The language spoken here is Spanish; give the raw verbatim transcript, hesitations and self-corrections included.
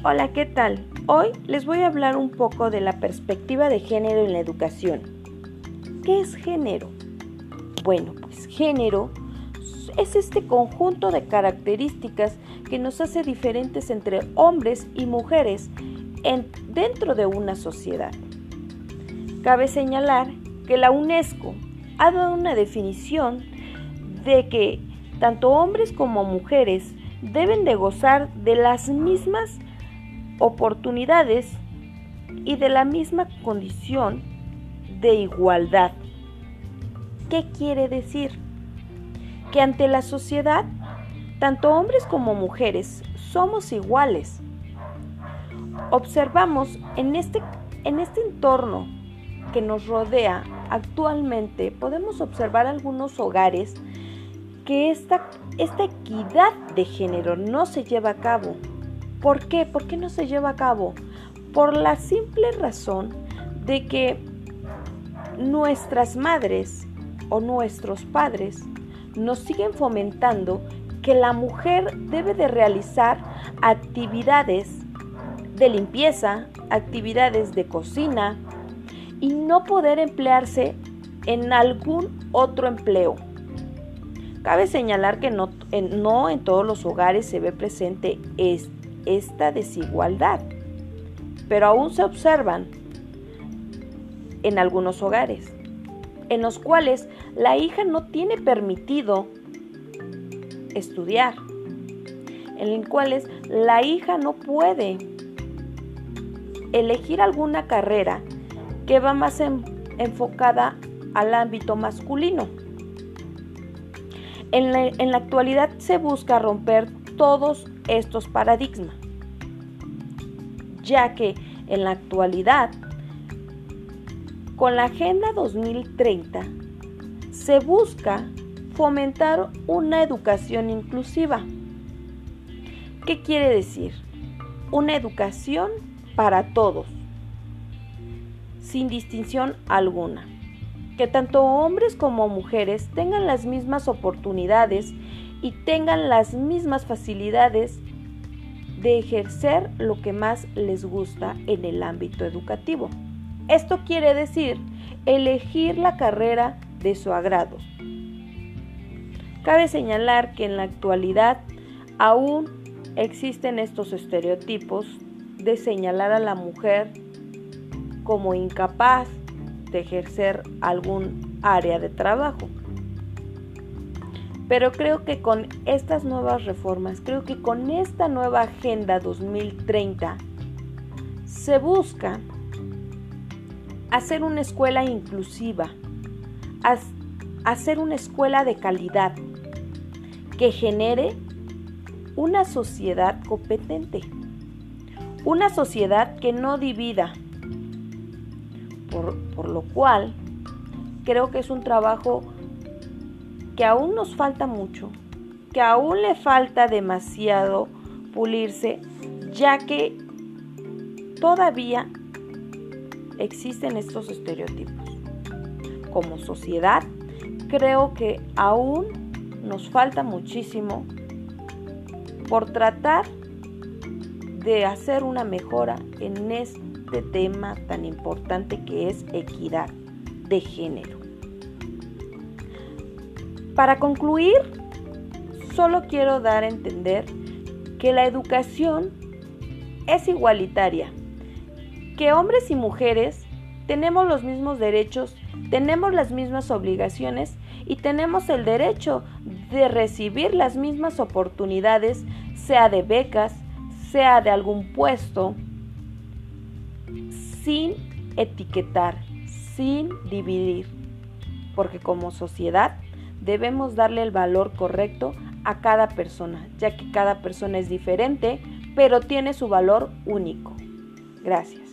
Hola, ¿qué tal? Hoy les voy a hablar un poco de la perspectiva de género en la educación. ¿Qué es género? Bueno, pues género es este conjunto de características que nos hace diferentes entre hombres y mujeres en, dentro de una sociedad. Cabe señalar que la UNESCO ha dado una definición de que tanto hombres como mujeres deben de gozar de las mismas oportunidades y de la misma condición de igualdad. ¿Qué quiere decir? Que ante la sociedad, tanto hombres como mujeres somos iguales. Observamos en este, en este entorno que nos rodea actualmente, podemos observar algunos hogares que esta, esta equidad de género no se lleva a cabo. ¿Por qué? ¿Por qué no se lleva a cabo? Por la simple razón de que nuestras madres o nuestros padres nos siguen fomentando que la mujer debe de realizar actividades de limpieza, actividades de cocina y no poder emplearse en algún otro empleo. Cabe señalar que no en, no en todos los hogares se ve presente este esta desigualdad, pero aún se observan en algunos hogares, en los cuales la hija no tiene permitido estudiar, en los cuales la hija no puede elegir alguna carrera que va más en, enfocada al ámbito masculino. En la, en la actualidad se busca romper todos estos paradigmas, ya que en la actualidad, con la Agenda dos mil treinta, se busca fomentar una educación inclusiva. ¿Qué quiere decir? Una educación para todos, sin distinción alguna. Que tanto hombres como mujeres tengan las mismas oportunidades y tengan las mismas facilidades de ejercer lo que más les gusta en el ámbito educativo. Esto quiere decir elegir la carrera de su agrado. Cabe señalar que en la actualidad aún existen estos estereotipos de señalar a la mujer como incapaz de ejercer algún área de trabajo. Pero creo que con estas nuevas reformas, creo que con esta nueva Agenda dos mil treinta, se busca hacer una escuela inclusiva, hacer una escuela de calidad, que genere una sociedad competente, una sociedad que no divida, por, por lo cual creo que es un trabajo que aún nos falta mucho, que aún le falta demasiado pulirse, ya que todavía existen estos estereotipos. Como sociedad, creo que aún nos falta muchísimo por tratar de hacer una mejora en este tema tan importante que es equidad de género. Para concluir, solo quiero dar a entender que la educación es igualitaria, que hombres y mujeres tenemos los mismos derechos, tenemos las mismas obligaciones y tenemos el derecho de recibir las mismas oportunidades, sea de becas, sea de algún puesto, sin etiquetar, sin dividir, porque como sociedad debemos darle el valor correcto a cada persona, ya que cada persona es diferente, pero tiene su valor único. Gracias.